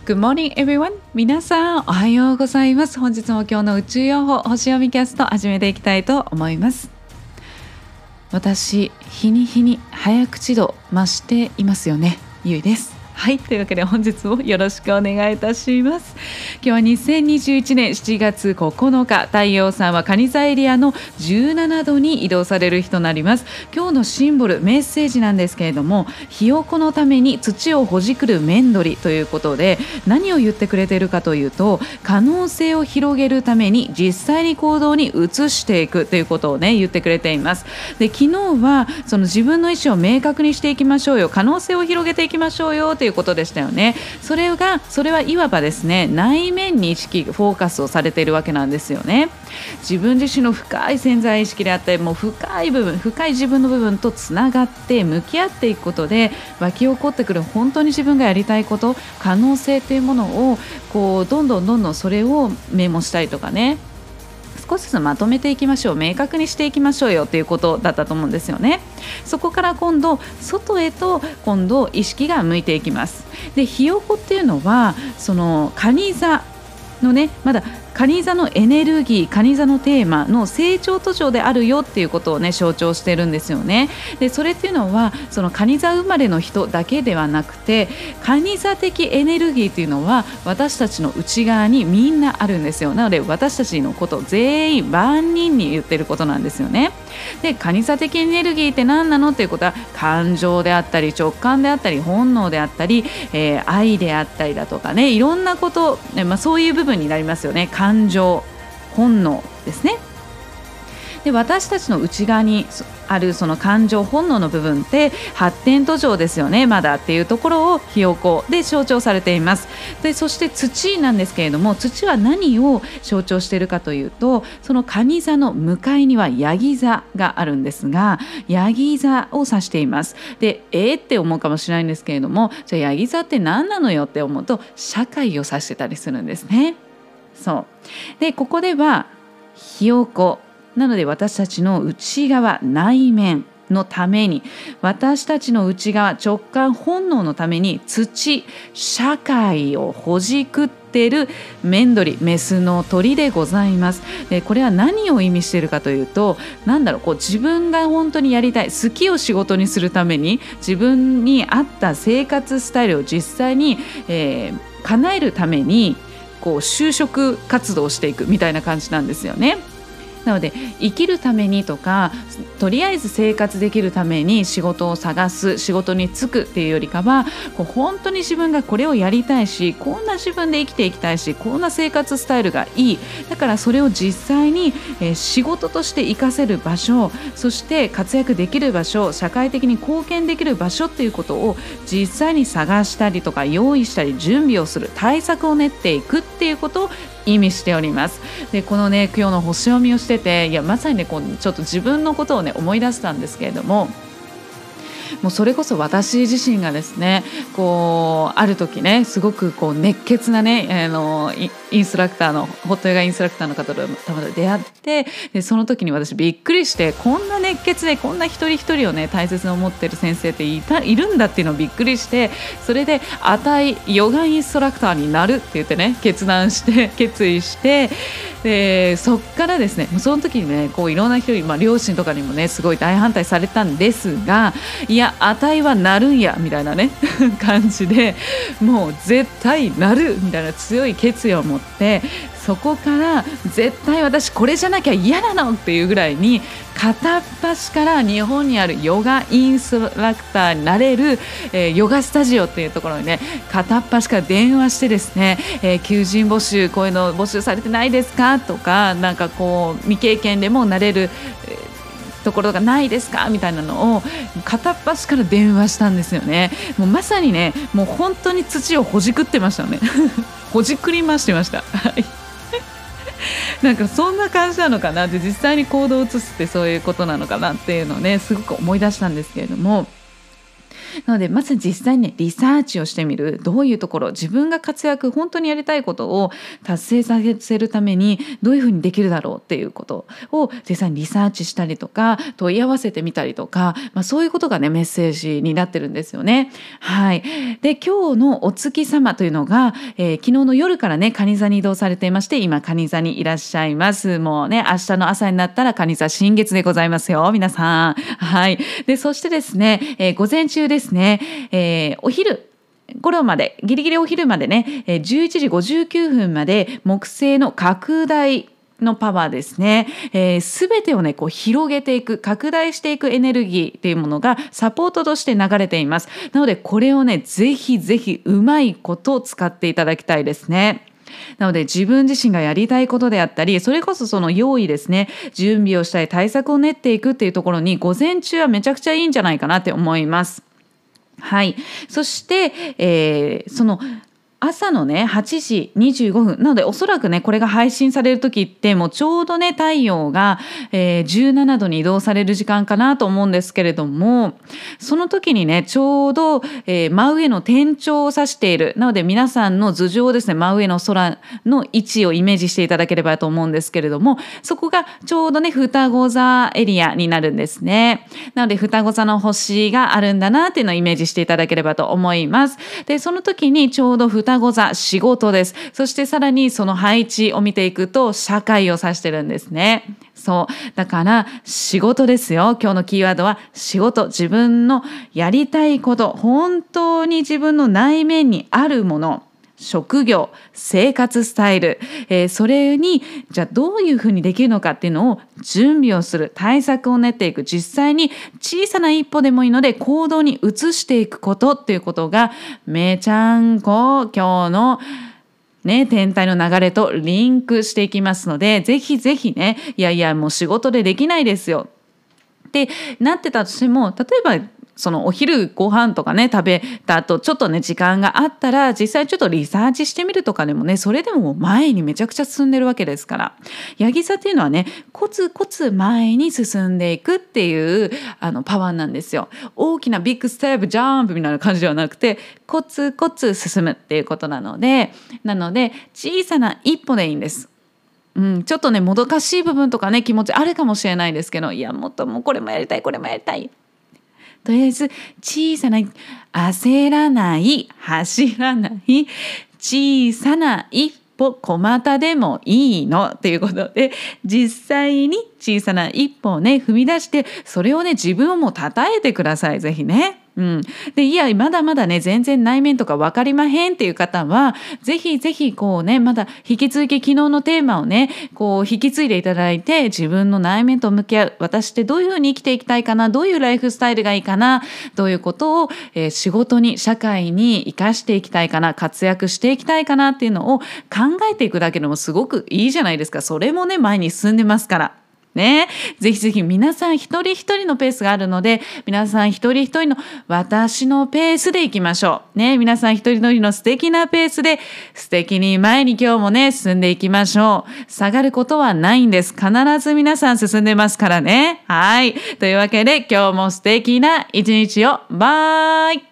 Good morning everyone. 皆さんおはようございます。本日も今日の宇宙予報星読みキャスト始めていきたいと思います。私、日に日に早口度増していますよね。ゆいです。はい、というわけで本日もよろしくお願いいたします。今日は2021年7月9日、太陽さんは蟹座エリアの17度に移動される日となります。今日のシンボル、メッセージなんですけれども、ひよこのために土をほじくるメンドリということで、何を言ってくれているかというと、可能性を広げるために実際に行動に移していくということをね、言ってくれています。で、昨日はその自分の意思を明確にしていきましょうよ、可能性を広げていきましょうよということでしたよね。それはいわばですね、内面に意識フォーカスをされているわけなんですよね。自分自身の深い潜在意識であったり、もう深い自分の部分とつながって向き合っていくことで湧き起こってくる本当に自分がやりたいこと、可能性というものをどんどんそれをメモしたりとかね、少しずつまとめていきましょう、明確にしていきましょうよということだったと思うんですよね。そこから今度外へと意識が向いていきます。で、ひよこっていうのはその蟹座のね、まだ蟹座のエネルギー、蟹座のテーマの成長途上であるよっていうことをね、象徴してるんですよね。で、それっていうのはその蟹座生まれの人だけではなくて、蟹座的エネルギーっていうのは私たちの内側にみんなあるんですよ。なので私たちのこと全員万人に言ってることなんですよね。で、蟹座的エネルギーって何なのっていうことは、感情であったり直感であったり本能であったり、愛であったりだとかね、いろんなこと、そういう部分になりますよね。感情、本能ですね。で、私たちの内側にあるその感情、本能の部分って発展途上ですよね、まだっていうところをひよこで象徴されています。で、そして土なんですけれども、土は何を象徴しているかというと、その蟹座の向かいにはヤギ座があるんですが、ヤギ座を指しています。で、って思うかもしれないんですけれども、じゃあヤギ座って何なのよって思うと、社会を指してたりするんですね。そうで、ここではひよこなので、私たちの内側、内面のために、私たちの内側、直感、本能のために土、社会をほじくっているメンドリ、メスの鳥でございます。で、これは何を意味しているかというと、自分が本当にやりたい、好きを仕事にするために自分に合った生活スタイルを実際に、叶えるために就職活動をしていくみたいな感じなんですよね。なので、生きるためにとか、とりあえず生活できるために仕事を探す、仕事に就くっていうよりかは、本当に自分がこれをやりたいし、こんな自分で生きていきたいし、こんな生活スタイルがいい、だからそれを実際に、仕事として活かせる場所、そして活躍できる場所、社会的に貢献できる場所っていうことを実際に探したりとか、用意したり準備をする、対策を練っていくっていうことを意味しております。で、このね、今日の星読みをしてて、まさにね、ちょっと自分のことをね、思い出したんですけれども、もうそれこそ私自身がですね、ある時ね、すごく熱血なね、インストラクターのホットヨガインストラクターの方とたまたま出会って、でその時に私びっくりして、こんな熱血でこんな一人一人をね大切に思ってる先生っているんだっていうのをびっくりして、それでヨガインストラクターになるって言ってね、決意して、でそっからですね、その時にね、いろんな人に、両親とかにもねすごい大反対されたんですが、いや、はなるんやみたいなね感じで、もう絶対なるみたいな強い決意を持って、そこから絶対私これじゃなきゃ嫌なのっていうぐらいに、片っ端から日本にあるヨガインストラクターになれる、ヨガスタジオっていうところにね、片っ端から電話してですね、求人募集、こういうの募集されてないですかとか、未経験でもなれる、ところがないですかみたいなのを片っ端から電話したんですよね。もうまさにね、もう本当に土をほじくってましたねほじくりましてましたそんな感じなのかなって、実際に行動を移すってそういうことなのかなっていうのをね、すごく思い出したんですけれども、 なのでまず実際にねリサーチをしてみる。どういうところ自分が活躍本当にやりたいことを達成させるためにどういうふうにできるだろうっていうことを実際にリサーチしたりとか問い合わせてみたりとか、そういうことがねメッセージになってるんですよね。はい。で今日のお月様というのが、昨日の夜からね蟹座に移動されていまして、今蟹座にいらっしゃいます。もうね明日の朝になったら蟹座新月でございますよ皆さん。はい。でそしてですね、午前中ですね、お昼頃までギリギリお昼までね、11時59分まで木星の拡大のパワーですね、全てをねこう広げていく拡大していくエネルギーっていうものがサポートとして流れています。なのでこれをねぜひぜひうまいことを使っていただきたいですね。なので自分自身がやりたいことであったり、それこそその用意ですね、準備をしたり対策を練っていくっていうところに午前中はめちゃくちゃいいんじゃないかなって思います。はい。そして、その朝のね8時25分なので、おそらくねこれが配信される時ってもうちょうどね太陽が、17度に移動される時間かなと思うんですけれども、その時にねちょうど、真上の天頂を指している。なので皆さんの頭上ですね、真上の空の位置をイメージしていただければと思うんですけれども、そこがちょうどね双子座エリアになるんですね。なので双子座の星があるんだなっていうのをイメージしていただければと思います。でその時にちょうど双子座仕事です。そしてさらにその配置を見ていくと社会を指してるんですね。そうだから仕事ですよ。今日のキーワードは仕事。自分のやりたいこと、本当に自分の内面にあるもの、職業、生活スタイル、それにじゃあどういうふうにできるのかっていうのを準備をする、対策を練っていく、実際に小さな一歩でもいいので行動に移していくことっていうことがめちゃんこ今日のね、天体の流れとリンクしていきますので、ぜひぜひね、いやいやもう仕事でできないですよってなってたとしても、例えばそのお昼ご飯とかね食べた後ちょっとね時間があったら実際ちょっとリサーチしてみるとかでもね、それでも前にめちゃくちゃ進んでるわけですから、ヤギ座っていうのはねコツコツ前に進んでいくっていうパワーなんですよ。大きなビッグステップジャンプみたいな感じではなくて、コツコツ進むっていうことなので小さな一歩でいいんです。ちょっとねもどかしい部分とかね気持ちあるかもしれないですけど、いやもっともうこれもやりたいこれもやりたい、とりあえず小さな焦らない走らない小さな一歩小股でもいいのっていうことで、実際に小さな一歩をね踏み出してそれをね自分をもう称えてください。ぜひね。でいやまだまだね全然内面とか分かりまへんっていう方はぜひぜひこうねまだ引き続き昨日のテーマをねこう引き継いでいただいて、自分の内面と向き合う、私ってどういうふうに生きていきたいかな、どういうライフスタイルがいいかな、どういうことを、仕事に社会に生かしていきたいかな、活躍していきたいかなっていうのを考えていくだけでもすごくいいじゃないですか。それもね前に進んでますからね、ぜひぜひ皆さん一人一人のペースがあるので、皆さん一人一人の私のペースでいきましょうね。皆さん一人一人の素敵なペースで素敵に前に今日もね進んでいきましょう。下がることはないんです。必ず皆さん進んでますからね。はい、というわけで今日も素敵な一日をバイ。